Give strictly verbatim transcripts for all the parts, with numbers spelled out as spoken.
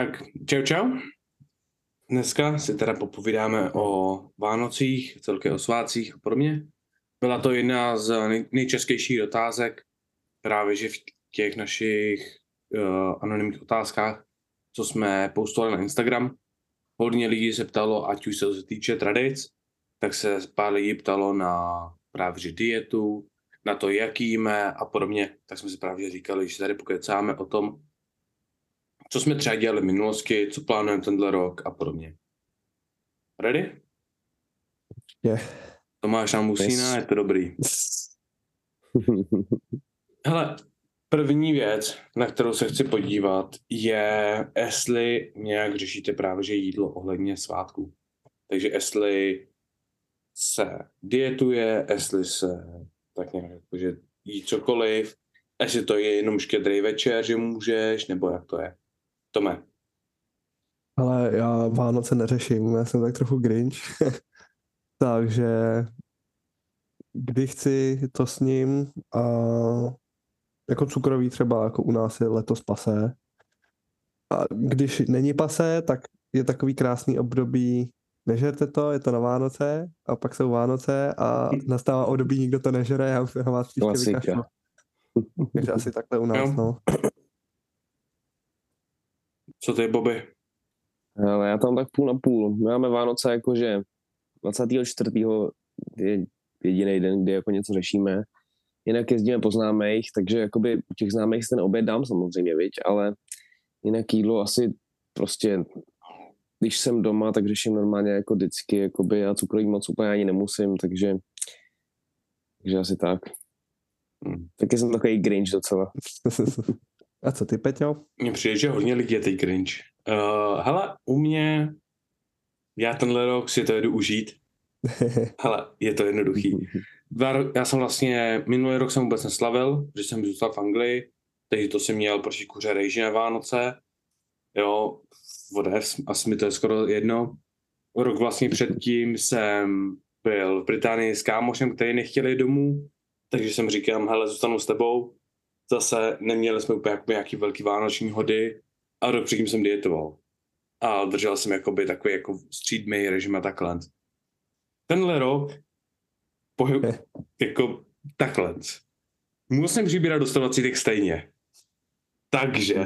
Tak čau čau. Dneska si teda popovídáme o Vánocích, celkem o svátcích a podobně. Byla to jedna z nej- nejčastějších otázek právě že v těch našich uh, anonymních otázkách, co jsme postovali na Instagram. Hodně lidí se ptalo, ať už se týče tradic, tak se pár lidí ptalo na právě že dietu, na to, jak jíme a podobně. Tak jsme si právě říkali, že tady pokecáme o tom, co jsme třeba dělali v minulosti, co plánujeme tenhle rok a podobně. Ready? Je. Tomáš nám Musína, je to dobrý. Hele, první věc, na kterou se chci podívat, je, jestli nějak řešíte právě že jídlo ohledně svátku. Takže jestli se dietuje, jestli se tak nějak jakože jí cokoliv, jestli to je jenom štědrý večer, že můžeš, nebo jak to je. Tome. Ale já Vánoce neřeším, já jsem tak trochu Grinch. Takže kdy chci, to s ním a jako cukroví třeba jako u nás je letos pasé. A když není pasé, tak je takový krásný období, nežerte to, je to na Vánoce a pak jsou Vánoce a nastává období, nikdo to nežere, já už se na vás příště vykašlu. Takže asi takhle u nás, jo. no. Co ty, Bobby? Ale já tam tak půl na půl. My máme Vánoce jakože dvacátého čtvrtého je jediný den, kdy jako něco řešíme. Jinak jezdíme po známých, takže jakoby u těch známých ten oběd dám samozřejmě, viď, ale jinak jídlo asi prostě, když jsem doma, tak řeším normálně jako vždycky, jakoby já cukroví moc úplně ani nemusím, takže, takže asi tak. Hmm. Taky jsem takový Grinch docela. A co ty, Peťo? Mně přijde, že hodně lidí je teď Grinch. Uh, hele, u mě, já tenhle rok si to jedu užít. Hele, je to jednoduchý. Dva ro- já jsem vlastně, minulý rok jsem vůbec neslavil, že jsem zůstal v Anglii, takže to jsem měl prostě kuře rejži na Vánoce. Jo, whatever, asi mi to je skoro jedno. Rok vlastně předtím jsem byl v Británii s kámošem, který nechtěl jít domů, takže jsem říkal, hele, zůstanu s tebou. Zase neměli jsme úplně jako nějaký velký vánoční hody a rok předtím jsem dietoval. A držel jsem jakoby takový jako střídmý režim a takhle. Tenhle rok pohyb, jako takhle. Musím přibírat dostavací tak stejně. Takže.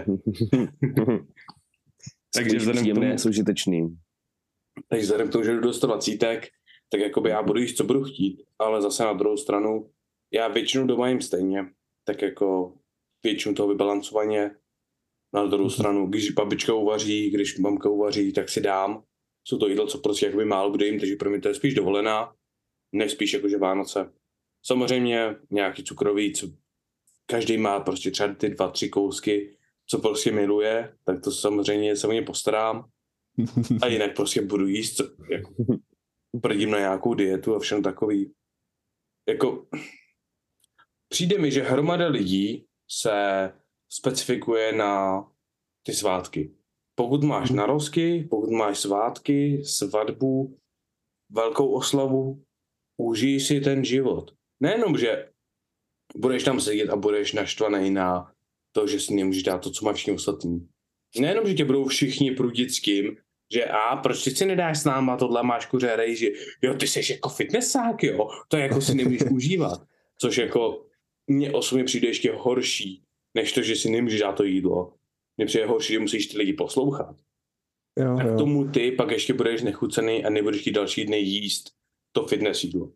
takže vzhledem k tomu, užitečný. Takže vzhledem k tomu, že jdu dostavací tak, tak jakoby já budu jíst, co budu chtít, ale zase na druhou stranu, já většinu doma jím stejně, tak jako většinu toho vybalancovaně. Na druhou stranu, když babička uvaří, když mamka uvaří, tak si dám. Jsou to jídlo, co prostě jakoby málo kdo jim, takže pro mě to je spíš dovolená, než spíš jakože Vánoce. Samozřejmě nějaký cukroví, co každý má prostě třeba ty dva, tři kousky, co prostě miluje, tak to samozřejmě se o ně postarám. A jinak prostě budu jíst, co, jako, prdím na nějakou dietu a všechno takový. Jako, přijde mi, že hromada lidí se specifikuje na ty svátky. Pokud máš narozky, pokud máš svátky, svatbu, velkou oslavu, užij si ten život. Nejenom, že budeš tam sedět a budeš naštvaný na to, že si nemůžeš dát to, co máš všichni ostatní. Nejenom, že tě budou všichni prudit s tím, že a proč ty si nedáš s náma, tohle máš kuře rejži, jo, ty jsi jako fitnessák, jo, to jako si nemůžeš užívat. Což jako mně osobně přijde ještě horší, než to, že si nemůžeš dát to jídlo. Mně přijde horší, že musíš ty lidi poslouchat. Jo, a k jo. tomu ty pak ještě budeš nechucený a nebudeš chtít další dny jíst to fitness jídlo.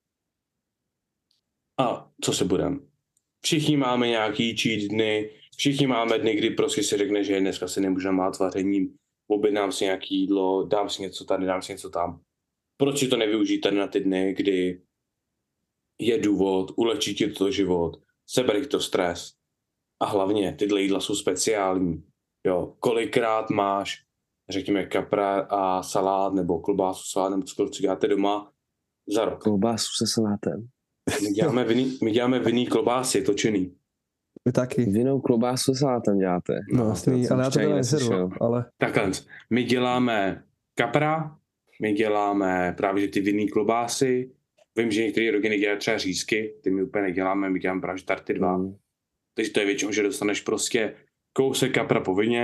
A co se budem? Všichni máme nějaký cheat dny, všichni máme dny, kdy prostě si řekne, že dneska si nemůžu namát vařením, objednám si nějaký jídlo, dám si něco tady, dám si něco tam. Proč si to nevyužít tady na ty dny, kdy je důvod, ulečí ti to život, sebere to stres. A hlavně tyhle jídla jsou speciální. Jo, kolikrát máš, řekněme, kapra a salát, nebo klobásu salát, nebo cokoliv, co děláte doma za rok. Klobásu se salátem. My děláme vinný, my děláme vinný klobásy, točený. Vy taky. Vinou klobásu se salátem děláte. No, jasný, ale já to teda neseru, ale... Takhle, my děláme kapra, my děláme právě že ty vinný klobásy. Vím, že některé rodiny dělají třeba řízky, ty my úplně neděláme, my děláme právě tarty dva. Mm. Takže to je většinou, že dostaneš prostě kousek kapra povinně a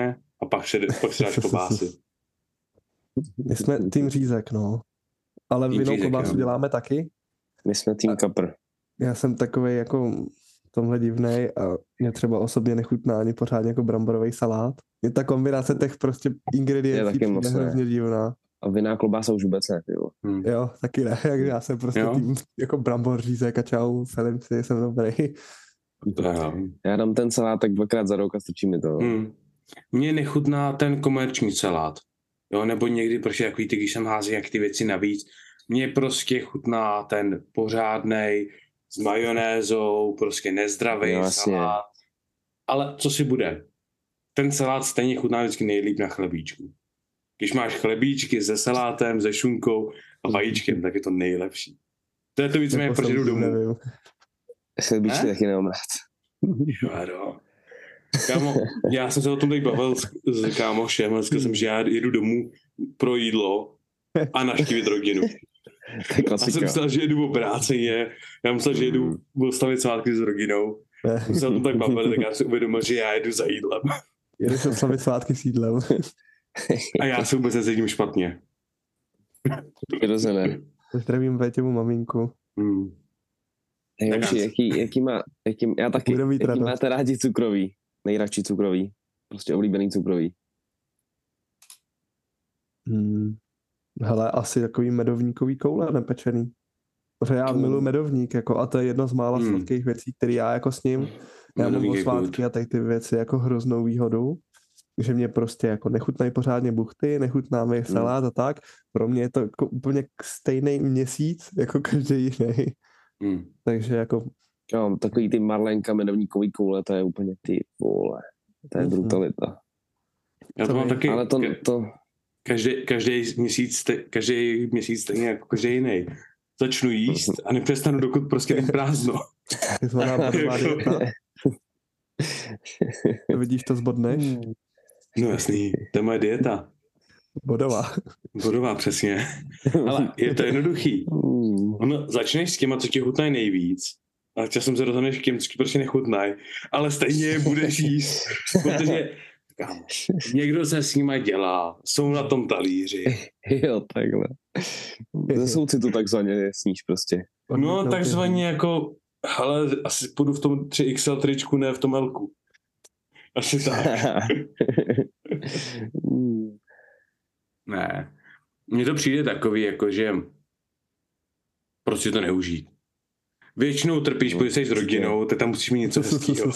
A pak, šed, pak si dáš klobásy. My jsme tým řízek, no. Ale Tým vinou řízek, klobásu jo. děláme taky. My jsme tým kapr. Já jsem takovej jako v tomhle divnej a mě třeba osobně nechutná ani pořádně jako bramborový salát. Je ta kombinace těch prostě Je ingrediencí taky moc přijde ne. hrozně divná. A vinná klobása už vůbec ne, jo. Hmm. Jo, taky ne, jak já jsem prostě Jo. tým jako brambor řízek a čau, celým si jsem dobrý. To jo. Já dám ten salát tak dvakrát za rok a stačí mi to. Hmm. Mně nechutná ten komerční salát. Jo, nebo někdy prostě takový ty, když jsem hází jak ty věci navíc. Mně prostě chutná ten pořádnej s majonézou, prostě nezdravý Jo, jasně. salát. Ale co si bude? Ten salát stejně chutná vždycky nejlíp na chlebíčku. Když máš chlebíčky se salátem, se šunkou a vajíčkem, tak je to nejlepší. To je to víc méně, proč jdu domů. Nevím. Chlebíčky Ne? taky nemám rád. Jo, kámo, já jsem se o tom tady bavil s, s kámošem a říkal jsem, že já jedu domů pro jídlo a naštívit rodinu. To je Já jsem klasika. myslel, že jedu obráceně, já myslel, že jedu oslavit svátky s rodinou. Jsme se o tom tak bavili, tak já si uvědomil, že já jedu za jídlem. Jedeš oslavit svátky s jídlem. A já se vůbec necítím špatně. Přirozené. Zdravím Vétěmu maminku. Hmm. Nejlepší, jaký, jaký má, jaký, já taky, Bude mít jaký radost. máte rádi cukrový? Nejradši cukrový. Prostě oblíbený cukrový. Hmm. Hele, asi takový medovníkový koule nepečený. Protože já To- miluji medovník, jako, a to je jedno z mála Hmm. sladkých věcí, které já jako s ním, já mám Medovník o je svátky good. a tak ty věci jako hroznou výhodu, že mě prostě jako nechutnají pořádně buchty, nechutná mi salát a tak. Pro mě je to jako úplně stejný měsíc, jako každý jiný. Hmm. Takže jako Jo, takový ty marlenka medovníkový koule, to je úplně ty vole. To je Mhm. brutalita. Já to To mám vím. taky Ale to, to, každý, každý měsíc, ste- každý měsíc stejně jako každý jiný. Začnu jíst a nepřestanu, dokud prostě není prázdno. takzvaná bodová dieta. Vidíš, to zbodneš? No jasný, to je moje dieta. Bodová. Bodová, přesně. Ale je to jednoduchý. Hmm. Ono, začneš s těma, co ti chutnají nejvíc, a časem se rozhodneš k těm, co ti prostě nechutnají, ale stejně je budeš jíst, protože kámo, někdo se s nima dělá, jsou na tom talíři. Jo, takhle. Ze soucitu takzvaně sníš prostě. No, takzvaně jako, hele, asi půjdu v tom tři X L tričku, ne v tom Lku. Asi tak. Hmm. Ne. Mně to přijde takový, jako že prostě to neužít. Většinou trpíš, No, protože jsi s rodinou, tak tam musíš mít něco hezkýho.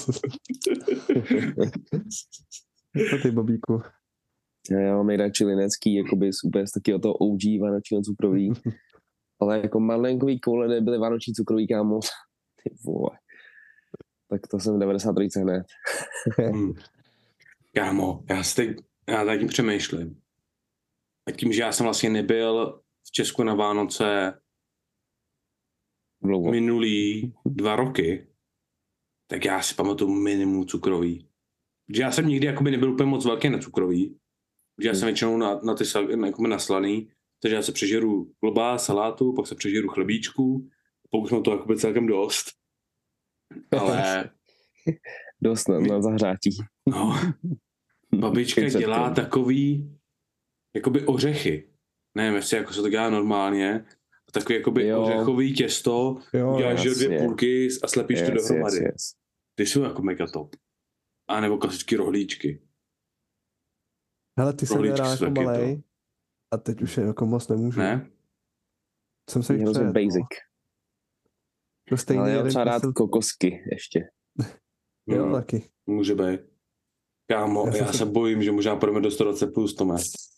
Co ty, Bobíku? Já mám nejradši linecký, jakoby úplně z taky o toho O G vánočního cukroví. Ale jako marlenkový koule nebyly vánoční cukroví, kámo. Ty vole. Tak to jsem v devadesát tři hned. Hmm. Kámo, já si teď, já tady tím přemýšlím. A tím, že já jsem vlastně nebyl v Česku na Vánoce Dlouho. minulý dva roky, tak já si pamatuju minimum cukroví. Že já jsem nikdy jakoby nebyl úplně moc velký na cukroví, že já jsem většinou na, na ty sal- jakoby naslaný, takže já se přežeru klobás, salátu, pak se přežeru chlebíčku, pokud mám to jakoby celkem dost. Ale Dost na, na zahřátí. no, babička Pět set dělá korun. takový jakoby ořechy. Nevím, jestli jako se to dělá normálně. Takový jakoby Jo. ořechový těsto, Jo, uděláš že dvě jasně. půlky a slepíš to Yes, dohromady. yes, yes. Ty jsou jako mega top. A nebo klasický rohlíčky. Hele, ty jsem měl Rohlíčky rád jsou jako taky malej a teď už je jako moc nemůžu. Ne? Jsem se Je jich hrozně přejet. basic. To stejný Ale já mám jeden třeba rád kusel- kokosky ještě. Jo, Hmm, taky. může být. Kámo, Já já, jsem se se- bojím, že možná půjdeme do sto dvacet plus, Tome.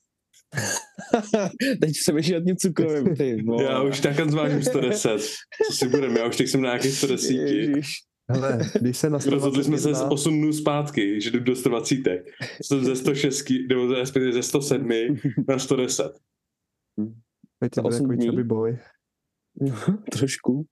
Teď se vyšel tím cukrovým, ty vole. Já už takhle zvážím sto deset. Co si budeme? Já už teď jsem na nějakých sto deset. Ježiš. Hele, když se na Rozhodli jsme se z osm dnů zpátky, že jdu do sto dvacet. Jsem ze sto šest, nebo respektive ze sto sedm na sto deset. Teď za bude osm takový dní? chubby boy. Trošku.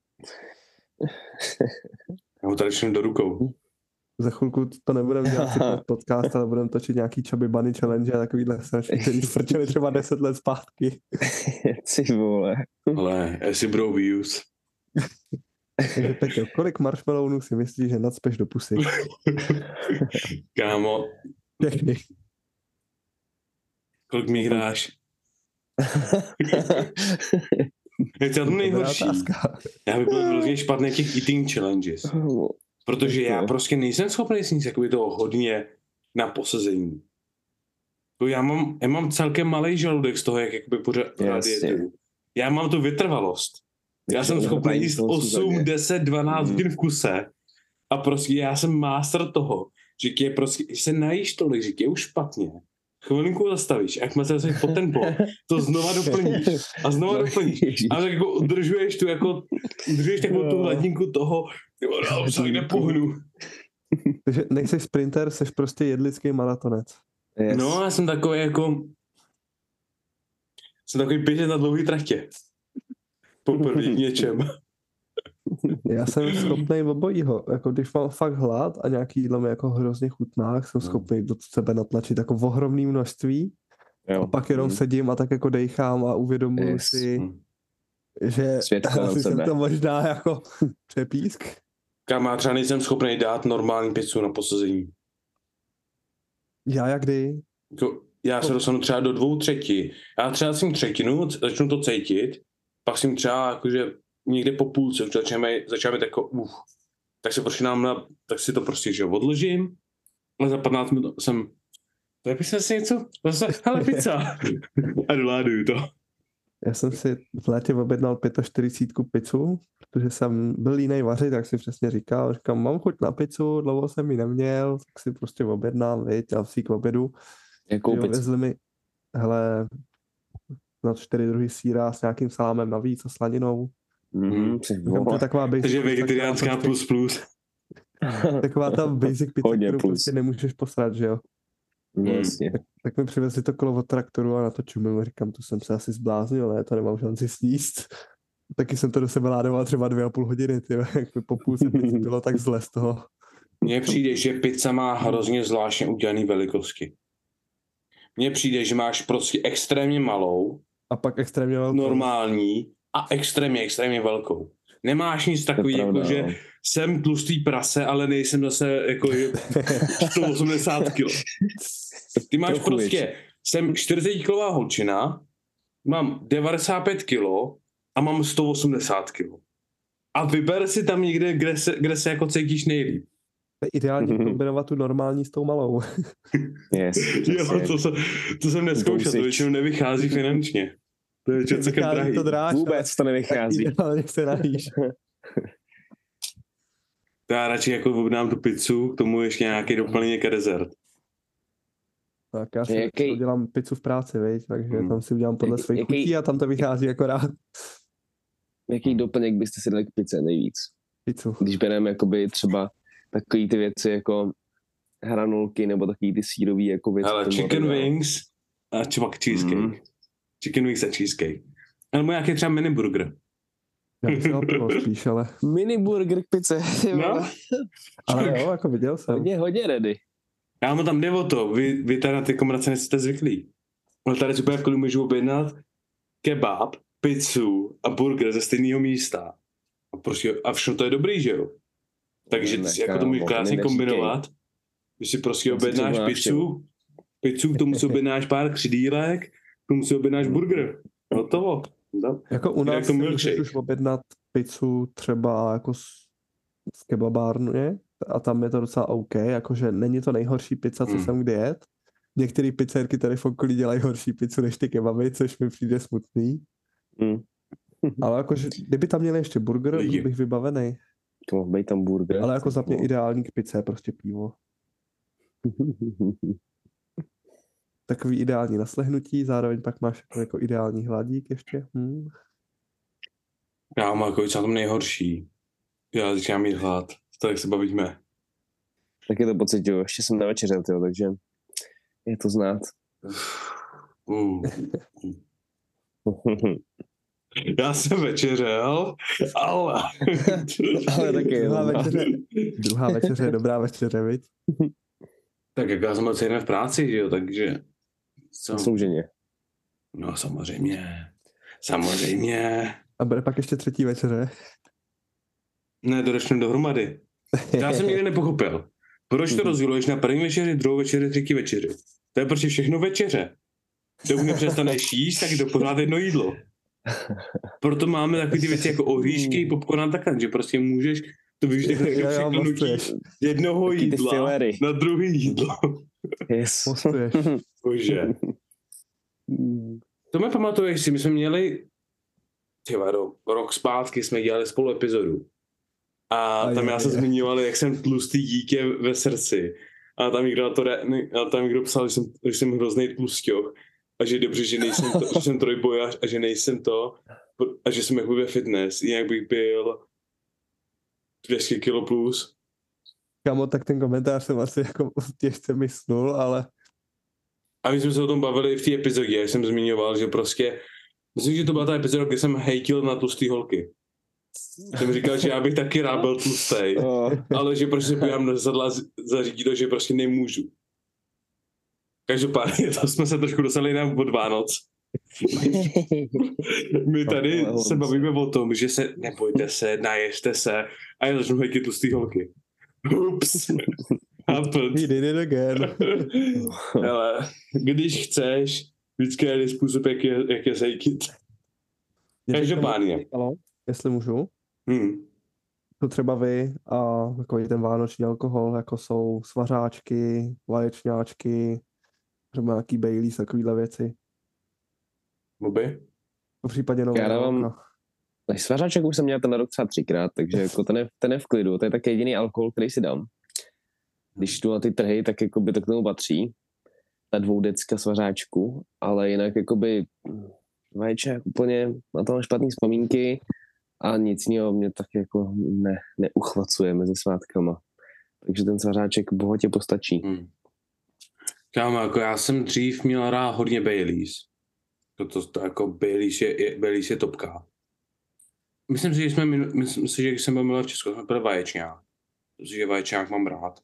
Já mu tady šel do rukou. Za chvilku to nebudeme dělat fitness podcast, ale budeme točit nějaký chubby bunny challenge a takovýhle sračky, který frčeli třeba deset let zpátky. Ty vole. Ale jestli budou views. Takže Peťo, kolik marshmallowů si myslíš, že nadspeš do pusy? Kámo, Všechny. Kolik mi dáš? Je to nejhorší. Já bych byl hrozně špatný v těch eating challenges. Protože já prostě nejsem schopný sníst jakoby toho hodně na posezení. Já mám, já mám celkem malej žaludek z toho, jak jakoby pořád dietu. Já mám tu vytrvalost. Já jsem schopný jíst osm, deset, dvanáct hodin v kuse a prostě já jsem master toho, že je prostě, když se najíš tolik, že je už špatně, chvilinku zastavíš, jak má se zase po ten blok, to znova doplníš a znova doplníš a tak jako udržuješ tu jako, udržuješ takovou tu hladinku toho, jo, no, už se nepohnu. Takže nejseš sprinter, jsi prostě jedlický maratonec. Yes. No, já jsem takový jako, jsem takový běžet na dlouhý trachtě. Poprvé něčem. Já jsem schopný obojího. Jako když mám fakt hlad a nějaký jídlo mi jako hrozně chutná, jsem schopný do sebe natlačit jako v ohromné množství. Jo. A pak jenom hmm. sedím a tak jako dejchám a uvědomuji yes. si, že asi jsem to možná jako přepísk. Kam já třeba nejsem schopný dát normální pizzu na posazení. Já jak kdy? Jako, já se dostanu třeba do dvou třetí. Já třeba jsem třetinu, začnu to cítit, pak jsem třeba jakože někde po půlce už začínáme, začínáme jako uf, tak se prostě nám na, tak si to prostě, že odložím, ale za patnáct minut jsem, tak bych si něco, zase, hele pizza, a doláduju to. Já jsem si v létě objednal čtyřicet pět pizzu, protože jsem byl jiný vařit, tak si přesně říkal, říkám, mám chuť na pizzu, dlouho jsem ji neměl, tak si prostě objednám, viď, a si k obědu. Jakou pizzu? Vezli mi, hele, na čtyři druhy sýra s nějakým salámem navíc a slaninou. Mm-hmm. To je taková basic, takže vegetariánská plus plus. Taková ta basic pizza, kterou plus. Prostě nemůžeš posrat, že jo? Jasně. Tak, tak mi přivezli to kolo od traktoru a na to čumím, říkám, to jsem se asi zbláznil, ne, to nemám šanci sníst. Taky jsem to do sebe ládoval třeba dvě a půl hodiny, tyjo, jak po půlce pizzy bylo tak zle z toho. Mně přijde, že pizza má hrozně zvláštně udělaný velikosti. Mně přijde, že máš prostě extrémně malou, a pak extrémně velkou. Normální a extrémně, extrémně velkou. Nemáš nic takový, jako že jsem tlustý prase, ale nejsem zase jako sto osmdesát kilo. Ty máš Trochu prostě, větší. Jsem čtyřicetikilová holčina, mám devadesát pět kilo a mám sto osmdesát kilo. A vyber si tam někde, kde se, kde se jako cítíš nejlíp. To je ideálně kombinovat tu normální s tou malou. Yes, jo, to, jsem, to jsem neskoušel, to většinou nevychází finančně. To je celkem drahý. To dráž, vůbec to nevychází. Ideálně se najíš. Já radši jako objednám tu pizzu, k tomu ještě nějaký doplněk a dezert. Tak já si jaký... udělám pizzu v práci, viď? Takže hmm. tam si udělám podle jaký, svých chutí a tam to vychází akorát. Jaký doplněk byste si dali k pizze nejvíc? Pizzu. Když bereme jakoby třeba takový ty věci jako hranulky nebo takový ty sírový jako věci. Ale chicken wings a třeba cheesecake. Mm. Chicken wings a cheesecake. Nebo nějaký třeba mini burger. Já bych si ho spíš, ale... Mini burger k pizze. No. Ale jo, jako viděl jsem. Hodně, hodně ready. Já mu tam jde o to. Vy, vy tady na ty kombinace nejste zvyklí. Ale tady super, v kolik můžu objednat kebab, pizzu a burger ze stejného místa. A, prostě, a všechno to je dobrý, že jo? Takže ne, jako to můžeš krásně kombinovat. Když si prostě objednáš pizzu, pizzu, k tomu si objednáš pár křidílek, k tomu si objednáš burger. Hotovo. No. Jako u nás si můžeš už objednat pizzu třeba jako v kebabárně a tam je to docela OK, jakože není to nejhorší pizza, co hmm. jsem kdy jet. Některé pizzerky tady v okolí dělají horší pizzu než ty kebaby, což mi přijde smutný. Hmm. Ale jakože, kdyby tam měli ještě burger, Lidi. bych vybavený. To mohl být tam burger. Ale jako za mě ideální k pizze je prostě pivo. Takový ideální naslehnutí, zároveň pak máš jako ideální hladík ještě. Hmm. Já mám jako na tom nejhorší. Já začínám mít hlad. Tak se bavíme. Taky to pocituju. Ještě jsem nevečeřel, tyjo, takže je to znát. Uh. Já jsem večeřel, ale... ale taky druhá večeře, druhá večeře je dobrá večeře, viď? Tak jak já jsem byl celý v práci, že jo, takže... Co? Slouženě. No samozřejmě. Samozřejmě. A bude pak ještě třetí večeře? Ne, to došlo dohromady. Já jsem nikdy nepochopil. Proč to rozděluješ na první večeři, druhou večeři, třetí večeři? To je prostě všechno večeře. dokud nepřestaneš jíst, tak je to pořád jedno jídlo. Proto máme takové ty věci jako oříšky, popcorn a takhle, že prostě můžeš to využít jako Jo, jo, překlenutí mostuješ. jednoho Taky ty jídla filery. na druhý jídlo. Yes. Mostuješ. Bože. To mi pamatuješ si, my jsme měli tyhle, rok, rok zpátky jsme dělali spolu epizodu. A, A tam je, já se je. zmiňoval, jak jsem tlustý dítě ve srdci. A tam někdo, na to re, a tam někdo psal, že jsem, že jsem hrozný tlusťoch. A že je dobře, že nejsem to, že jsem trojbojař a že nejsem to. A že jsem jako ve fitness. Jinak bych byl dvě stě kilo plus. Kamo, tak ten komentář jsem asi jako těžce mysnul, ale A my jsme se o tom bavili v té epizodě, jak jsem zmiňoval, že prostě, myslím, že to byla ta epizoda, kde jsem hejtil na tlustý holky. Jsem říkal, že já bych taky rád byl tlustej, Oh. ale že prostě se podívám na zrcadla zařídit to, že prostě nemůžu. Každopádně to jsme se trošku dostali na od Vánoc. My tady se bavíme o tom, že se nebojte se, naježte se a já začnu hejtit tlustý holky. Ups. Happened. he did it again. Ale když chceš, vždycky je způsob, jak je, jak je zejkit. Každopádně. Halo, jestli můžu, Hmm. to třeba vy a takový ten vánoční alkohol, jako jsou svařáčky, vaječňáčky, třeba nějaký Baileys, takovýhle věci. Bobby? V případě Já nového dávám- roka. Tak svařáček už jsem měl ten rok třeba třikrát, takže jako ten je, ten je v klidu, to je tak jediný alkohol, který si dám. Když jdu na ty trhy, tak jako by to k tomu patří. Ta dvoudecka svařáčku, ale jinak jakoby vaječák úplně na to mám špatný vzpomínky a nic jiného mě tak jako ne, neuchvacuje mezi svátkama. Takže ten svařáček bohatě postačí. Hmm. Kámo, jako já jsem dřív měl rád hodně Baileys. To, to, to jako Baileys je, je, Baileys je topka. Myslím si, že jsme, minu- myslím si, že když jsem byl milý v Česku, jsme byli vaječňák. Protože vaječňák mám rád.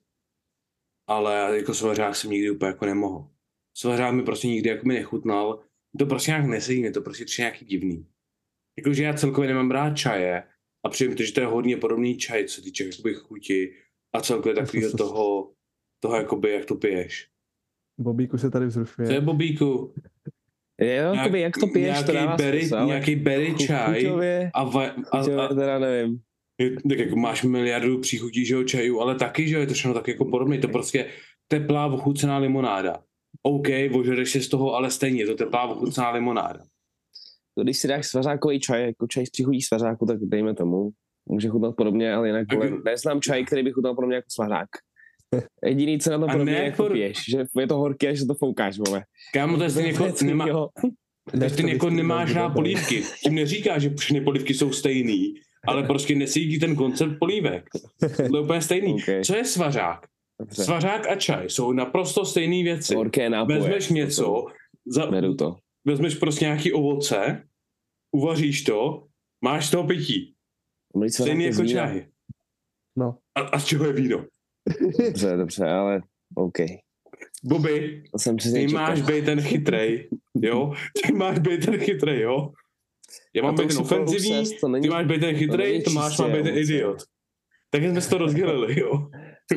Ale jako svařák jsem nikdy úplně jako nemohl. Svařák mi prostě nikdy jako mi nechutnal. To prostě nějak nesedí, mě to prostě přijde nějaký divný. Jakože já celkově nemám rád čaje a přijde mi to, že to je hodně podobný čaj, co týče jakoby chuti a celkově takového toho, toho jakoby, jak to piješ. Bobíku se tady vzrušuje. Co je, Bobíku? Jo, jakoby, jak to piješ, to nějaký dává berry, smysl, ale nějaký berry chu- čaj chuťově, a, va, a, chuťově a, teda nevím. tak jako máš miliardu příchutí, že jo, čajů, ale taky, že jo, je to všechno tak jako podobné, to prostě teplá ochucená limonáda. OK, ožereš si z toho, ale stejně je to teplá ochucená limonáda. To, když si dáš svařákový čaj, jako čaj z příchutí svařáku, tak dejme tomu. Může chutnat podobně, ale jinak A vole, kdy- neznám čaj, který by chutnal podobně jako svařák. Jediný, co na tom A podobně ne je, jak to por- piješ, že je to horké, že to foukáš, vole. Kámo, to je stejně jako, nemá, Jo. to ty jako nemáš rád polívky. Tím neříká, že všechny polívky jsou stejný, ale prostě nesedí ten koncept polívek. To je úplně stejný. Okay. Co je svařák? Dobře. Svařák a čaj jsou naprosto stejné věci. Horké nápoje. Vezmeš něco, za, Beru to. vezmeš prostě nějaký ovoce, uvaříš to, máš z toho pití. Dobrý svařák Stejný je jako z vína. čaj. No. A, a z čeho je víno? Dobře, dobře, ale OK. Bobby, To jsem přesně ty čekal. máš být ten chytrej, jo? Ty máš být ten chytrej, jo? Já mám A to být už ten si to ofenzivní, upsest, to není- ty máš být ten to chytrej, není to máš čistě má být ten ovoce. idiot. Tak jsme si to rozdělili, jo?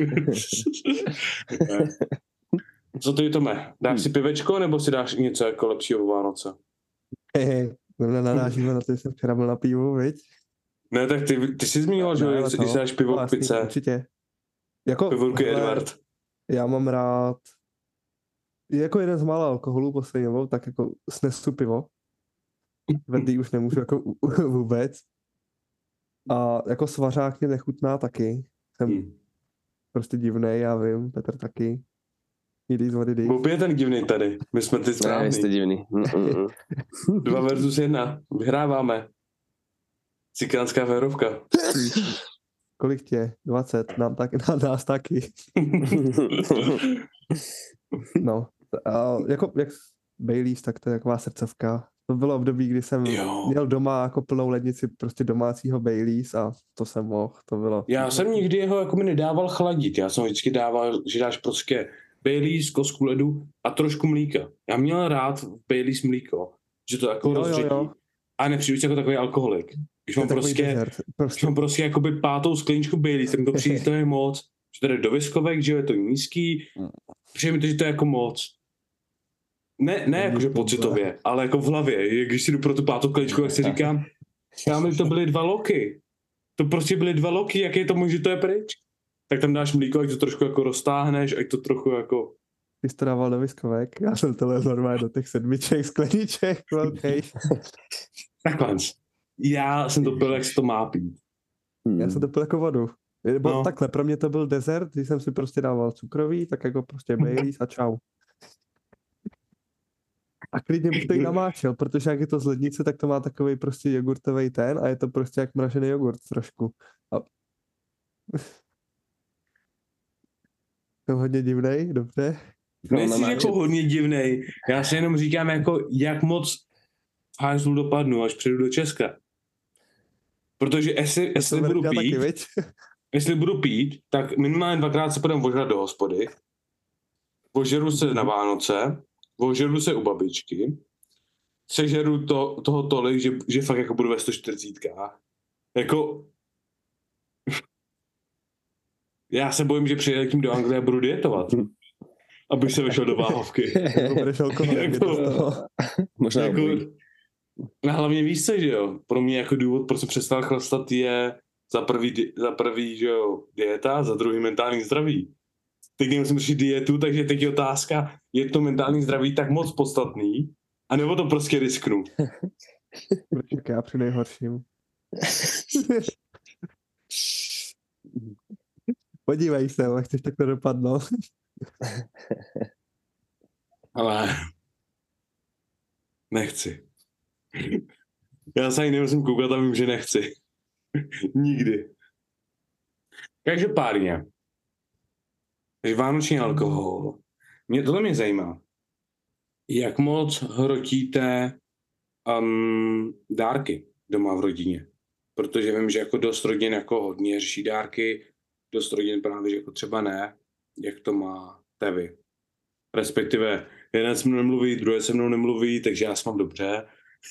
Co ty, Tome? Dáš si pivečko, nebo si dáš něco jako lepšího o Vánoce? Hej, zrovna narážíme na to, že jsem včera byl na pivu, viď? Ne, tak ty, ty jsi zmínil, že Ne, jo, ale když to- si dáš pivo no, k jasný, pice. Určitě. Jako, Pivorky hele, Edward. Já mám rád, jako jeden z mála alkoholů poslední dobou, tak jako snesu pivo. Tvrdý už nemůžu jako u- u- vůbec. A jako svařák mě nechutná taky. Jsem Hmm. prostě divnej, já vím, Petr taky. It is what it is. Bobby je ten divný tady. My jsme ty Ne, správný. jste divný. Mm, mm, mm. Dva versus jedna. Vyhráváme. Cikánská férovka. Kolik tě? dvacet, nám tak, na nás taky. No, a jako jak Baileys, tak to je taková srdcovka. To bylo období, kdy jsem Jo. měl doma jako plnou lednici prostě domácího Baileys a to jsem mohl, to bylo. Já jsem nikdy jeho jako mi nedával chladit. Já jsem vždycky dával, že dáš prostě Baileys, kosku ledu a trošku mlíka. Já měl rád Baileys mlíko, že to jako Jo, jo, rozředí. jo. A nepřijdu jako takový alkoholik. Když To je mám takový prostě, dezert. když Prostě, mám prostě jakoby pátou skleničku Baileys, tak mi to přijde, to je moc. Že to jde do viskovek, že jo, je to nízký. Přijde mi to, že to je jako moc. Ne, ne jakože pocitově, ale jako v hlavě. Když si jdu pro tu pátou klečku, jak si říkám, kámo, to byly dva loky. To prostě byly dva loky, jak je to možné, že to je pryč? Tak tam dáš mlíko, ať to trošku jako roztáhneš, ať to trochu jako... Ty jsi to dával do viskovek, já jsem to lez normálně do těch sedmiček, skleniček, velkej. Takhle. Já jsem to pil, jak se to má pít. Hmm. Já jsem to pil jako vodu. Nebo No. takhle, pro mě to byl dezert, když jsem si prostě dával cukrový, tak jako prostě Baileys a čau. A klidně bych to i namáčel, protože jak je to z lednice, tak to má takový prostě jogurtový ten a je to prostě jak mražený jogurt trošku. A... to hodně divnej, dobře. Nejsi jako hodně divnej. Já si jenom říkám, jako, jak moc v hajzlu dopadnu, až přijdu do Česka. Protože jestli, jestli budu pít, taky, jestli budu pít, tak minimálně dvakrát se půjdem ožrat do hospody. Ožeru se na Vánoce, ožeru se u babičky, sežeru to, toho tolik, že, že fakt jako budu ve sto čtyřicítkách. Jako... Já se bojím, že přijedem do Anglie a budu dietovat. Abych se vešel do váhovky. jako, Možná jako, a hlavně víš co, že jo? Pro mě jako důvod, proč jsem přestal chlastat, je za prvý, za prvý že jo, dieta, za druhý mentální zdraví. Teď nemusím řešit dietu, takže teď je otázka, je to mentální zdraví tak moc podstatný, anebo to prostě risknu? Proč já při nejhorším. Podívej se, jak chceš takhle dopadnout. Ale nechci. Já se ani nemusím koukat a vím, že nechci. Nikdy. Každopádně. Takže vánoční alkohol. Mě tohle mě zajímá. Jak moc hrotíte um, dárky doma v rodině? Protože vím, že jako dost rodin jako hodně řeší dárky, dost rodin právě, že jako třeba ne. Jak to má vy? Respektive jeden se mnou nemluví, druhé se mnou nemluví, takže já jsem mám dobře.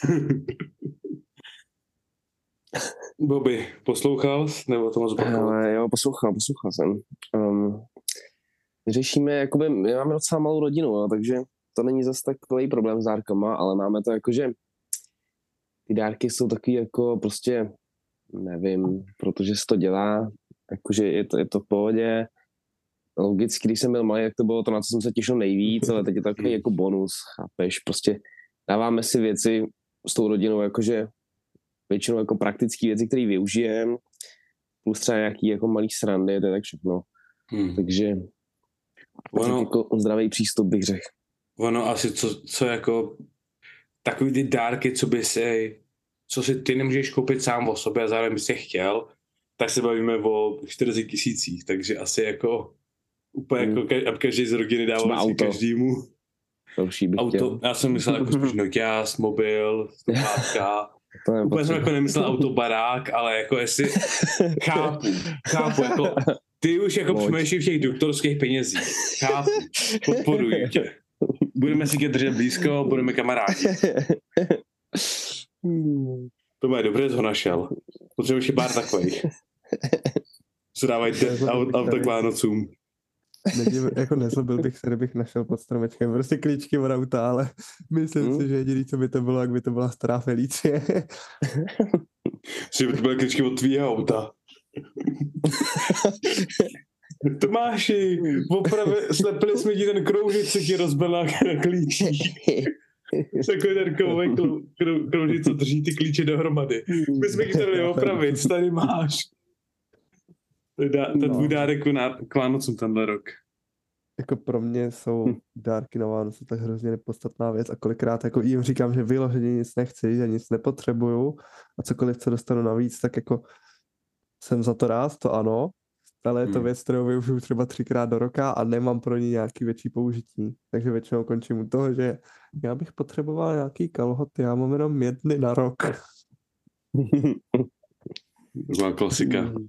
Bobby, poslouchal jsi, nebo to moc uh, Jo, poslouchal, poslouchal jsem. Um, řešíme, jakoby, my máme docela malou rodinu, no, takže to není zase takový problém s dárkama, ale máme to jako, že ty dárky jsou takový jako prostě, nevím, protože se to dělá, jakože je to, je to v pohodě. Logicky, když jsem byl malý, tak to bylo to, na co jsem se těšil nejvíc, ale teď je to takový jako bonus, chápeš, prostě dáváme si věci s tou rodinou, jakože většinou jako praktické věci, které využijeme, plus třeba nějaký jako malý srandy, to je tak všechno. Hmm. Takže ono, jako zdravý přístup bych řekl. Ono asi co, co jako takový ty dárky, co by si, co si ty nemůžeš koupit sám o sobě a zároveň bys je chtěl, tak se bavíme o čtyřiceti tisících, takže asi jako úplně hmm. jako každý z rodiny dával si každému. Auto, já jsem myslel jako spíš noťaz, mobil, sluchátka. Úplně jsem jako nemyslel autobarák, ale jako jestli chápu, chápu, jako ty už jako přemýšlíš v těch doktorských penězích. Chápu, podporuji tě. Budeme si tě držet blízko, budeme kamarádi. To má dobré, co našel. Potřebuješ je pár takových. Co dávají auto k Vánocům. Nedím, jako nezlobil bych se, kdybych našel pod stromečkem prostě klíčky od auta, ale myslím hmm. si, že jediný, co by to bylo, jak by to byla stará Felicie. Že by to byly klíčky od tvýho auta. Tomáši, opravdu slepili jsme ti ten kroužit, co ti rozbil na klíčích. Takový ten kovový kroužit, co drží ty klíče dohromady. My jsme ti to dali opravit, tady máš. To je dá, no. tvůj dárek k Vánocům tenhle rok. Jako pro mě jsou hm. dárky na Vánoce tak hrozně nepodstatná věc a kolikrát jako jim říkám, že vyloženě nic nechci, že nic nepotřebuju a cokoliv, co dostanu navíc, tak jako jsem za to rád, to ano, ale je to hm. věc, kterou využiju třeba třikrát do roka a nemám pro ní nějaký větší použití. Takže většinou končím u toho, že já bych potřeboval nějaký kalhoty, já mám jenom jedny na rok. To byla klasika. Hm.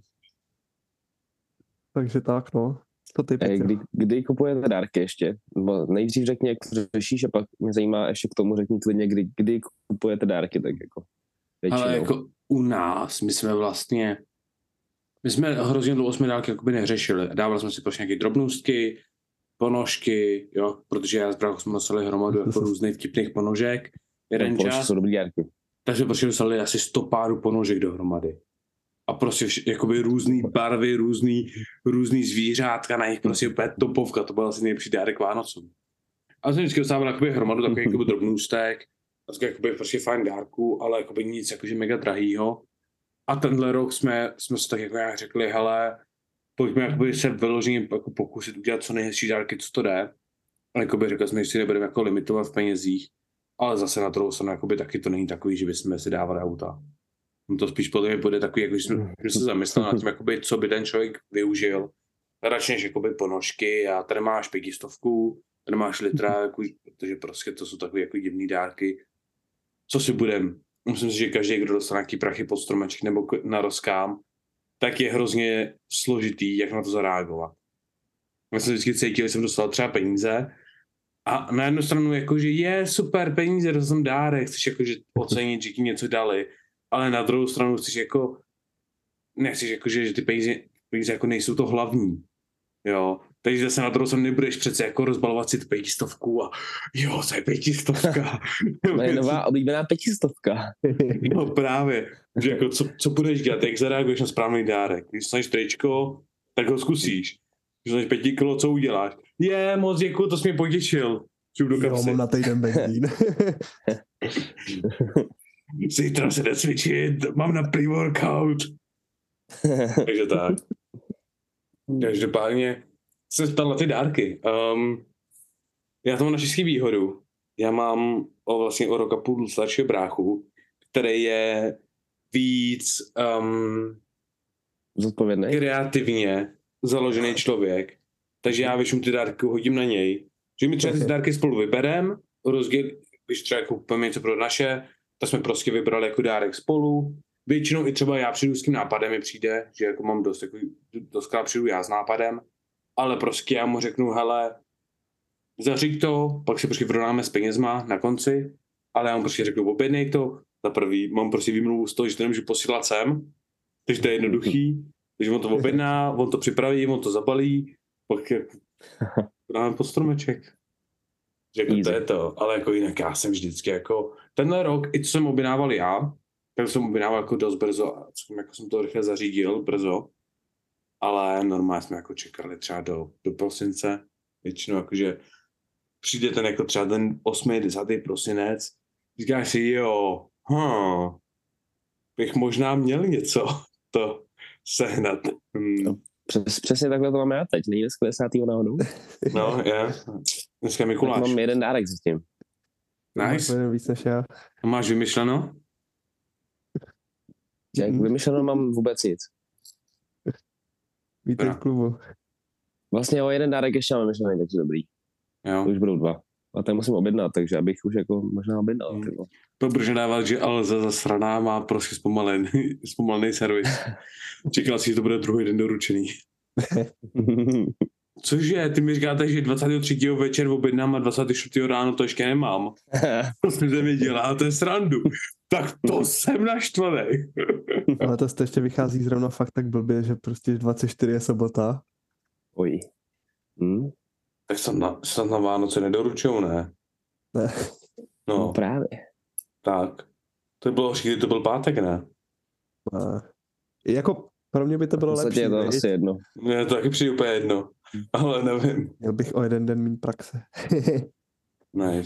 Takže tak, no. To ty, Ej, kdy, kdy kupujete dárky ještě? Bo nejdřív řekni, jak to řešíš a pak mě zajímá ještě k tomu řekni klidně, kdy, kdy kupujete dárky, tak jako většinou. Ale jako u nás, my jsme vlastně, my jsme hrozně dlouho jsme dárky jakoby neřešili. Dávali jsme si prostě nějaké drobnostky, ponožky, jo, protože já s bráchou jsme nosili hromadu jako různých vtipných ponožek. Jeden Ponožky čas, jsou dobrý dárky. takže prostě dostali asi sto párů ponožek dohromady. A prostě vš- jakoby různý barvy, různý, různý zvířátka, na nich prostě úplně topovka, to byl asi nejlepší dárek Vánocům. A jsem vždycky dostával jakoby hromadu takových jakoby drobnůstek, a jakoby prostě fajn dárků, ale jakoby nic jakože mega drahýho. A tenhle rok jsme, jsme si tak jako nějak řekli, hele, pojďme jakoby se vyloženě jako pokusit udělat co nejhezčí dárky, co to jde. A jakoby řekli jsme, že si nebudeme jako limitovat v penězích, ale zase na druhou stranu jakoby taky to není takový, že bychom si dávali auta. To spíš podle mě bude takový, jako, že jsme že se zamyslel nad tím, jakoby, co by ten člověk využil. Radši než jakoby ponožky a tady máš pětistovku, tady máš litra, jako, protože prostě to jsou takové jako divný dárky. Co si budem? Myslím si, že každý, kdo dostane nějaký prachy pod stromeček nebo na rozkám, tak je hrozně složitý, jak na to zareagovat. Já jsem vždycky cítil, že jsem dostal třeba peníze a na jednu stranu jakože je super peníze, dostal jsem dárek, chceš jakože ocenit, že ti něco dali, ale na druhou stranu chceš jako, nechceš jakože, že ty peníze, peníze jako nejsou to hlavní, jo. Takže zase na druhou stranu nebudeš přece jako rozbalovat si tu pětistovku a jo, to je pětistovka. To je nová oblíbená pětistovka. No právě, že jako co, co budeš dělat, jak zareaguješ na správný dárek. Když dostaneš tričko, tak ho zkusíš. Když dostaneš pěti kilo, co uděláš? Je, moc děkuju, to jsi mě potěšil. Šup do Jo, kapsy. mám na týden benzín. Zítra se jde cvičit, mám na pre-workout. Takže tak. Každopádně jsem se ptal na ty dárky. Um, já to mám naštěstí výhodu. Já mám o, vlastně o rok a půl staršího bráchu, který je víc um, Zodpovědný. kreativně založený člověk. Takže já většinou ty dárky hodím na něj. Že my třeba ty dárky spolu vyberem, rozděl, když třeba koupíme něco pro naše, tak jsme prostě vybrali jako dárek spolu. Většinou i třeba já přijdu s tím nápadem, mi přijde, že jako mám dost, jako, dost přijdu já s nápadem, ale prostě já mu řeknu, hele, zaříď to, pak si prostě vyrovnáme s penězma na konci, ale já mu prostě řeknu, objednej to, za prvý, mám prostě výmluvu z toho, že to nemůžu posílat sem, takže to je jednoduchý, takže on to objedná, on to připraví, on to zabalí, pak jako dáme pod stromeček. Že jako to je to, ale jako jinak já jsem vždycky jako, tenhle rok, i co jsem objednával já, tak jsem objednával jako dost brzo, a jsem, jako jsem to rychle zařídil brzo, ale normálně jsme jako čekali třeba do, do prosince, většinou jakože přijde ten jako třeba ten osmý desátý prosinec, říkáš si, jo, hm, bych možná měl něco to sehnat. Hmm. Přes, přesně takhle to mám já teď, není dneska desátého náhodou. No, je. Dneska Mikuláš. Tak mám jeden dárek s tím. Nice. Víc než já. Máš vymyšleno? Jak vymyšleno mám vůbec nic. Vítej v klubu. Vlastně o jeden dárek ještě mám vymyšlený, takže dobrý. Jo. To už budou dva. A ten musím objednat, takže abych už jako možná objednal. Hmm. To protože dávat, že Alza zasraná má prostě zpomalený, zpomalený servis. Čekal si, že to bude druhý den doručený. Cože, ty mi říkáte, že dvacátého třetího večer objednám a dvacátého čtvrtého ráno to ještě nemám. Prostě mi děláte srandu. Tak to jsem naštvaný. Ale to jste ještě vychází zrovna fakt tak blbě, že prostě dvacet čtyři je sobota. Oj. Hm? Tak snad na, snad na Vánoce nedoručujou, ne? Ne. No. No, no právě. tak. To bylo všichni, to byl pátek, ne? Ne. Jako pro mě by to bylo V podstatě lepší. je to asi jedno. Mně to taky přijde úplně jedno. Ale nevím. Měl bych o jeden den méně praxe. Ne.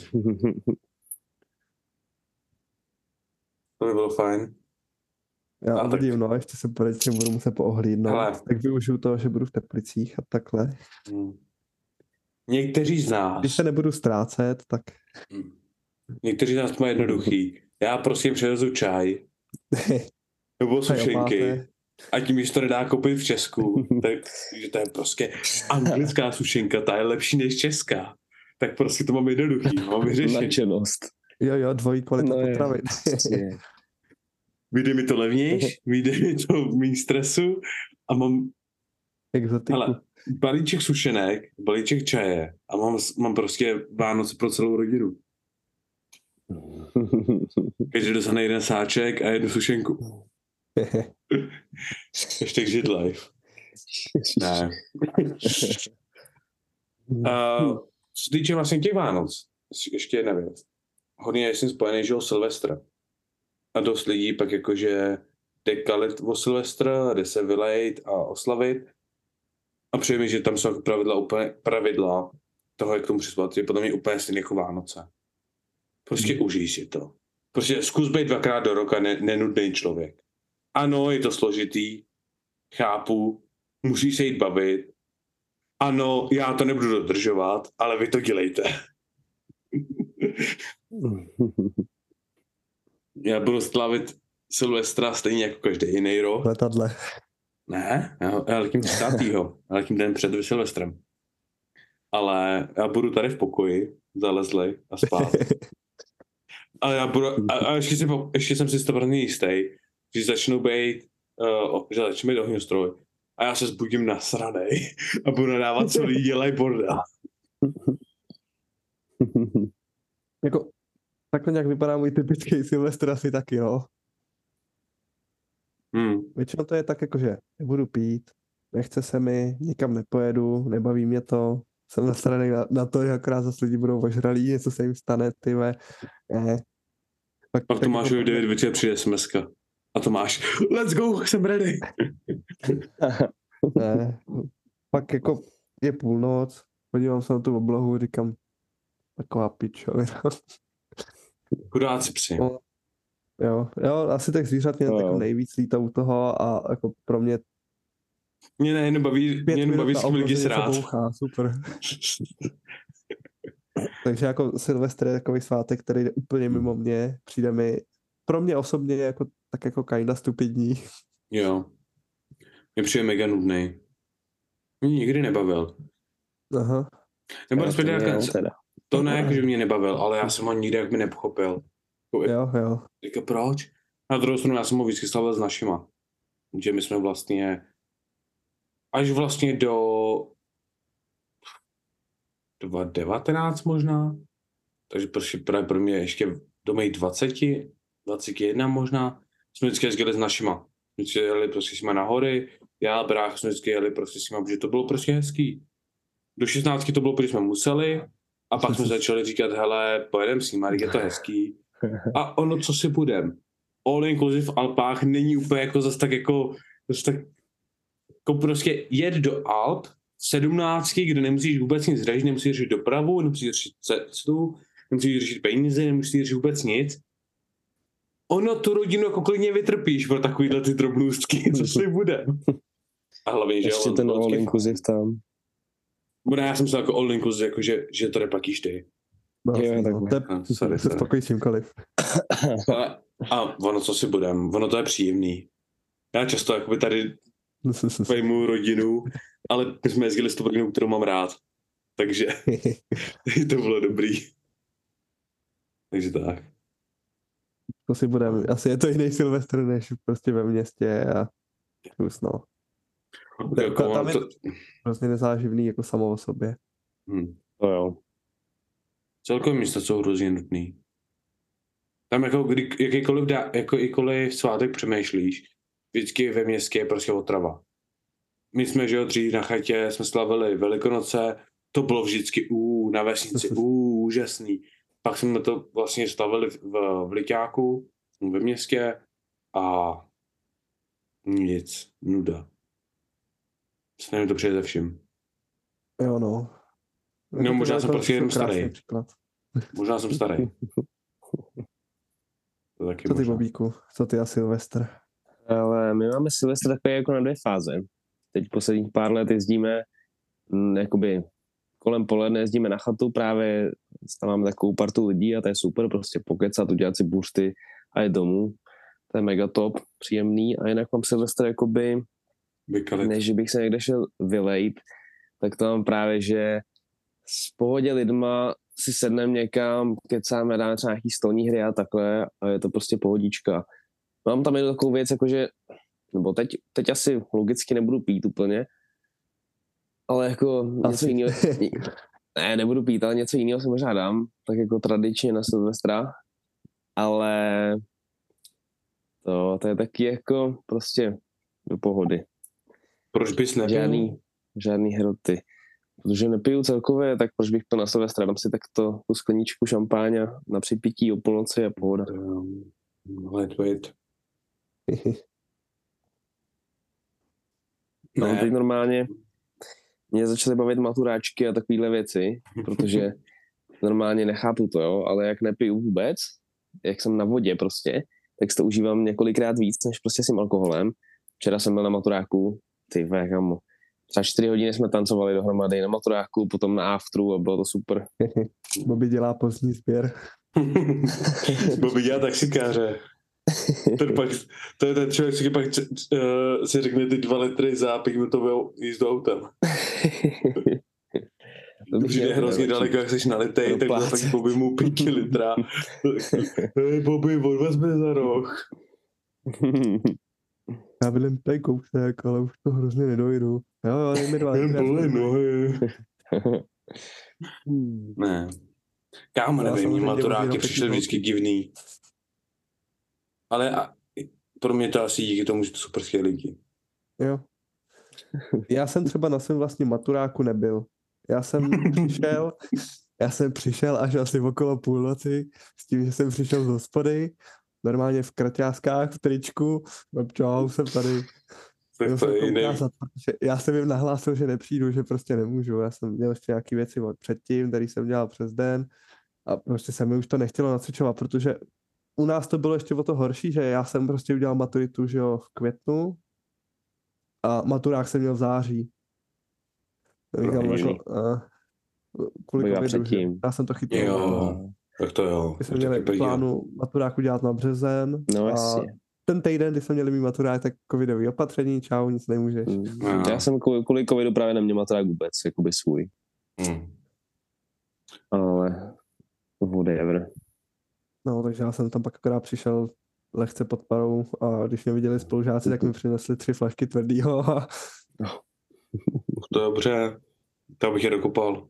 To by bylo fajn. Já A tak- uvidím, no, ještě se konečně budu muset poohlídnout. Hele. Tak využiju toho, že budu v Teplicích a takhle. Hmm. Někteří z nás, Když se nebudu ztrácet, tak hmm. někteří z nás to mají jednoduchý. Já prosím přivezu čaj nebo sušenky a tím, že to nedá koupit v Česku, tak že to je prostě anglická sušenka, ta je lepší než česká. Tak prostě to mám jednoduchý, mám vyřešit. Nadšenost. jo, jo, dvojí kvalita No je. potravin. Vyjde mi to levnějš, vyjde mi to méně stresu a mám Exotiku. hele, balíček sušenek, balíček čaje a mám, mám prostě Vánoce pro celou rodinu. Každý dostane jeden sáček a jednu sušenku. Ještě žid life. Ne. Uh, co se týče vlastně těch Vánoc, ještě jedna věc. Hodně jsem spojený, že o Silvestra. A dost lidí pak jakože jde kalit o Silvestra, jde se vylejt a oslavit. A přijde mi, že tam jsou jako pravidla, úplně, pravidla toho, jak k tomu přistupovat, je podle mě úplně stejný jako Vánoce. Prostě hmm. užij si to. Prostě zkus být dvakrát do roka ne, nenudný člověk. Ano, je to složitý, chápu, musíš se jít bavit. Ano, já to nebudu dodržovat, ale vy to dělejte. Já budu slavit Silvestra stejně jako každý jiný rok. Letadle. Ne, já, já letím třicátého Já letím den před Silvestrem. Ale já budu tady v pokoji, zalezli a spát. Ale já budu, a, a ještě, si, ještě jsem si stoprocentně jistý, že začnu být, uh, že začnu být ohňostroj. A já se zbudím nasranej a budu nadávat, co lidi dělají bordel. Jako, takhle nějak vypadá můj typický Silvestr asi taky, no. Hmm. Většinou to je tak jako, že nebudu pít, nechce se mi, nikam nepojedu, nebaví mě to, jsem nasranej na, na to, že akorát zase lidi budou ožralí, něco se jim stane, tyve. Ne. Pak, Pak Tomášovi v devět večer přijde smeska. A Tomáš, let's go, jsem ready. Ne, pak jako je půlnoc, podívám se na tu oblohu, říkám, taková pičovina. Chudáci psi. No, jo, jo, asi tak zvířat mě no, jako nejvíc lítá u toho a jako pro mě mě ne, nebaví, mě jen baví, s lidi srát. Bouchá, super. Takže jako Silvestr je takový svátek, který jde úplně mimo mě, přijde mi, pro mě osobně jako tak jako kinda stupidní. Jo. Mně přijde mega nudnej. Mě nikdy nebavil. Aha. Nebo respektive jako, to ne, jako, že mě nebavil, ale já jsem ho nikdy jak mi nepochopil. Jo, jo. Jako proč? Na druhou stranu já jsem ho vždycky slavil s našima. Že my jsme vlastně až vlastně do dva tisíce devatenáct možná. Takže prostě právě pro mě ještě do mých dvaceti, dvacet jedna možná, jsme vždycky jezdili s našima. Vždycky jeli prostě s nima na hory, já a brácha jsme vždycky jeli prostě s nima, protože to bylo prostě hezký. Do šestnáctky to bylo, protože jsme museli, a pak jsme začali říkat, hele, pojedem s nima, je to hezký. A ono, co si budem. All inclusive v Alpách není úplně jako zase tak jako, zase tak jako prostě jet do Alp sedmnáctky, kde nemusíš vůbec nic řešit, nemusíš řešit dopravu, nemusíš řešit cestu, nemusíš řešit peníze, nemusíš řešit vůbec nic. Ono tu rodinu jako klidně vytrpíš pro takovýhle ty drobnůstky, co si bude. A hlavně, že ještě ten all inclusive tam. Bude, já jsem se jako all inclusive, jako že, že to neplatíš ty. No, je, no, tak no, sorry, se spokojí s čímkoliv. A, a ono, co si budem, ono to je příjemný. Já často jakoby tady vejmu rodinu, ale my jsme jezdili s tou rodinou, kterou mám rád. Takže to bylo dobrý. Takže tak. To si budeme, asi je to jiný Silvestr, než prostě ve městě a plus, no. Okay, jako tam je to vlastně nezáživný jako samo o sobě. Hmm. To jo. Celkově místa jsou hrozně nutný. Tam jako kdy, jakýkoliv, dá, jako jakýkoliv svátek přemýšlíš, vždycky ve městě je prostě otrava. My jsme, že jo, dřív na chatě jsme slavili Velikonoce, to bylo vždycky ú, na vesnici, ú, úžasný. Pak jsme to vlastně slavili v, v, v Liťáku, ve městě a nic, nuda. Se nevím, to přijde ze vším. Jo, no. No, možná jsem prostě jenom starý. Možná jsem starý. To taky Co ty, možná. Bobíku? Co ty a Silvestr? Ale my máme Silvestr takový jako na dvě fáze. Teď posledních pár let jezdíme m, jakoby kolem poledne jezdíme na chatu, právě tam máme takovou partu lidí a to je super, prostě pokecat, udělat si buřty a je domů. To je mega top, příjemný. A jinak mám Silvestr jakoby, Vykalit. než bych se někde šel vylejt, tak to mám právě, že v pohodě lidma si sedneme někam, kecáme, dáme třeba nějaký stolní hry a takhle a je to prostě pohodička. Mám tam jednu takovou věc, jakože, nebo teď, teď asi logicky nebudu pít úplně, ale jako něco jiného, ne, nebudu pít, ale něco jiného si možná dám, tak jako tradičně na Silvestra, ale to, to je taky jako prostě do pohody. Proč bys nebyl? Žádný, žádný hroty. protože nepiju celkově, tak proč bych to na Silvestra, dám si takto tu skleničku šampáně na připití o půlnoci a pohoda. Um, lightweight. No, Ne. teď normálně mě začaly bavit maturáčky a takovýhle věci, protože normálně nechápu to, jo, ale jak nepiju vůbec, jak jsem na vodě prostě, tak si to užívám několikrát víc, než prostě s tím alkoholem. Včera jsem byl na maturáku, ty ve, kamo. Třeba čtyři hodiny jsme tancovali dohromady na maturáku, potom na afteru a bylo to super. Bobby dělá pozdní sběr. Bobby dělá taxikáře. Ten pak, to je ten člověk, který pak uh, si řekne ty dva litry za pětiminutovou jízdu autem. To bych Přijde měl hrozně nejlepší. daleko, jak jsi nalitej, tak Proplácet. tak Bobby mu pěti litra. Hej Bobby, odvezme za roh. Já bydlím tady kousek, ale už to hrozně nedojdu. Jo, jo, dej mi dva. Jen litry, já bolej jsem- nohy. Ne. Kámo, Já nevím, mě samozřejmě maturáky vozím přišly jenom vždycky divný. Ale a, pro mě to asi díky tomu, že to jsou prostě lidi. Jo. Já jsem třeba na svém vlastním maturáku nebyl. Já jsem přišel, já jsem přišel až asi okolo půlnoci s tím, že jsem přišel z hospody, normálně v kraťáskách, v tričku, čau, jsem tady. Tak Jel to jsem je to jiný. ukázat, protože já jsem jim nahlásil, že nepřijdu, že prostě nemůžu. Já jsem měl ještě nějaké věci od předtím, který jsem dělal přes den a prostě se mi už to nechtělo nacvičovat, protože u nás to bylo ještě o to horší, že já jsem prostě udělal maturitu, že jo, v květnu a maturák jsem měl v září. Říkám, No, jako, uh, kvůli Bývá covidu, že? předtím. Já jsem to chytil. Jo, No. tak to jo. My jsme To měli taky v prdel. plánu maturák udělat na březen No a jasně. ten týden, kdy jsme měli mít maturák, tak covidový opatření, čau, nic nemůžeš. Mm. No. Já jsem kvůli, kvůli covidu právě neměl maturák vůbec, jakoby svůj. Hmm. Ale whatever. No, takže já jsem tam pak akorát přišel lehce pod parou a když mě viděli spolužáci, tak mi přinesli tři flašky tvrdýho a To je dobře. To bych je dokopal.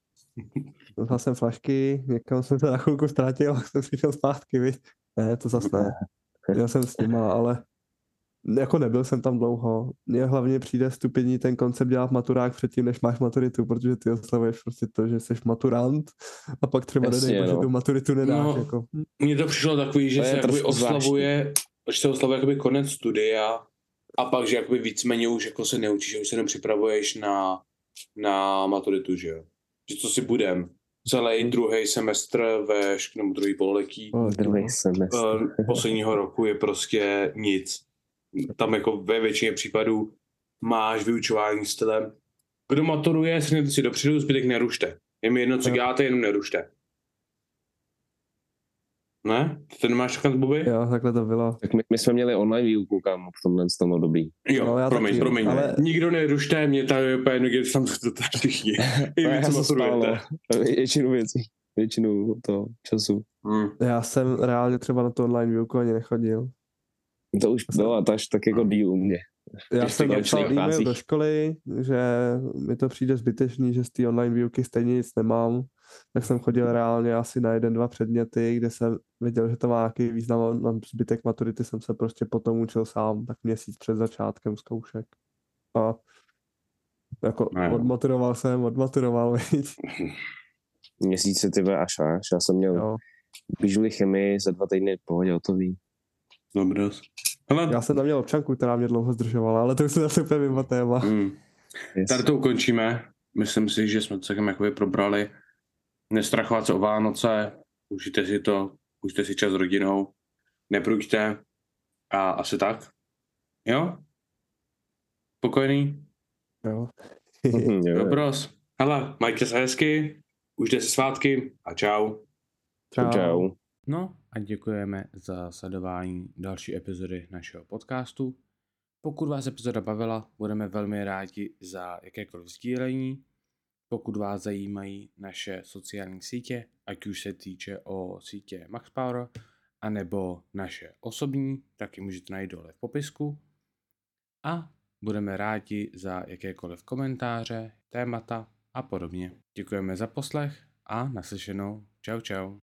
vzal jsem flašky, někam jsem se na chvilku ztratil a jsem přišel zpátky, viď? Ne, to zas ne. Měl jsem s nima, ale jako nebyl jsem tam dlouho. Mně hlavně přijde stupidní ten koncept dělat maturák předtím, než máš maturitu, protože ty oslavuješ prostě to, že jsi maturant a pak třeba Jasně, nedej, protože no. tu maturitu nedáš. No. Jako. Mně to přišlo takový, že To je se jakoby trošku oslavuje, že se oslavuje jakoby konec studia a pak, že jakoby víceméně už jako se neučíš, že už se jenom připravuješ na, na maturitu, že jo. Že co si budem. Celý druhý semestr ve šk- nebo druhý pololetí Ale Druhý semestr. uh, posledního roku je prostě nic. Tam jako ve většině případů máš vyučování stylem. Kdo maturuje, shrněte si dopředu, zbytek nerušte. Je mi jedno, co Jo. děláte, jenom nerušte. Ne? Ty to nemáš takhle, Bobby? Jo, takhle to bylo. Tak my, my jsme měli online výuku, kámo, v tomhle z tom období. Jo, No, já promiň, taky, promiň. ale- Ale... Nikdo nerušte, mě tady je úplně jedno, kde tam to tady všichni. I Já vy, co jsem spal, maturujete. no. Většinu věcí, většinu toho času. Hmm. Já jsem reálně třeba na to online výuku ani nechodil. To už byla taž tak jako díl u mě. Já Když jsem ty napsal konečných e-mail fázích. do školy, že mi to přijde zbytečný, že z té online výuky stejně nic nemám. Tak jsem chodil reálně asi na jeden, dva předměty, kde jsem věděl, že to má nějaký význam. Na zbytek maturity jsem se prostě potom učil sám, tak měsíc před začátkem zkoušek. A jako Ne. odmaturoval jsem, odmaturoval, viď? Měsíce ty až až. Já jsem měl Jo. pížuli chemii za dva týdny v pohodě hotový. Dobrý. Hele, Já jsem tam měl občanku, která mě dlouho zdržovala, ale to už se zase úplně mimo téma. hmm. Yes. Tady to ukončíme. Myslím si, že jsme to celkem jakoby probrali. Nestrachovat se o Vánoce, užijte si to, užijte si čas s rodinou, neprůjďte a asi tak. Jo? Spokojný? Jo. Mhm, jo, jo. Dobros. Hele, majte se hezky, užijte si svátky a čau. Čau. Čau. No a děkujeme za sledování další epizody našeho podcastu. Pokud vás epizoda bavila, budeme velmi rádi za jakékoliv sdílení. Pokud vás zajímají naše sociální sítě, ať už se týče o sítě MaxPower, anebo naše osobní, tak ji můžete najít dole v popisku. A budeme rádi za jakékoliv komentáře, témata a podobně. Děkujeme za poslech a naslyšenou. Čau čau.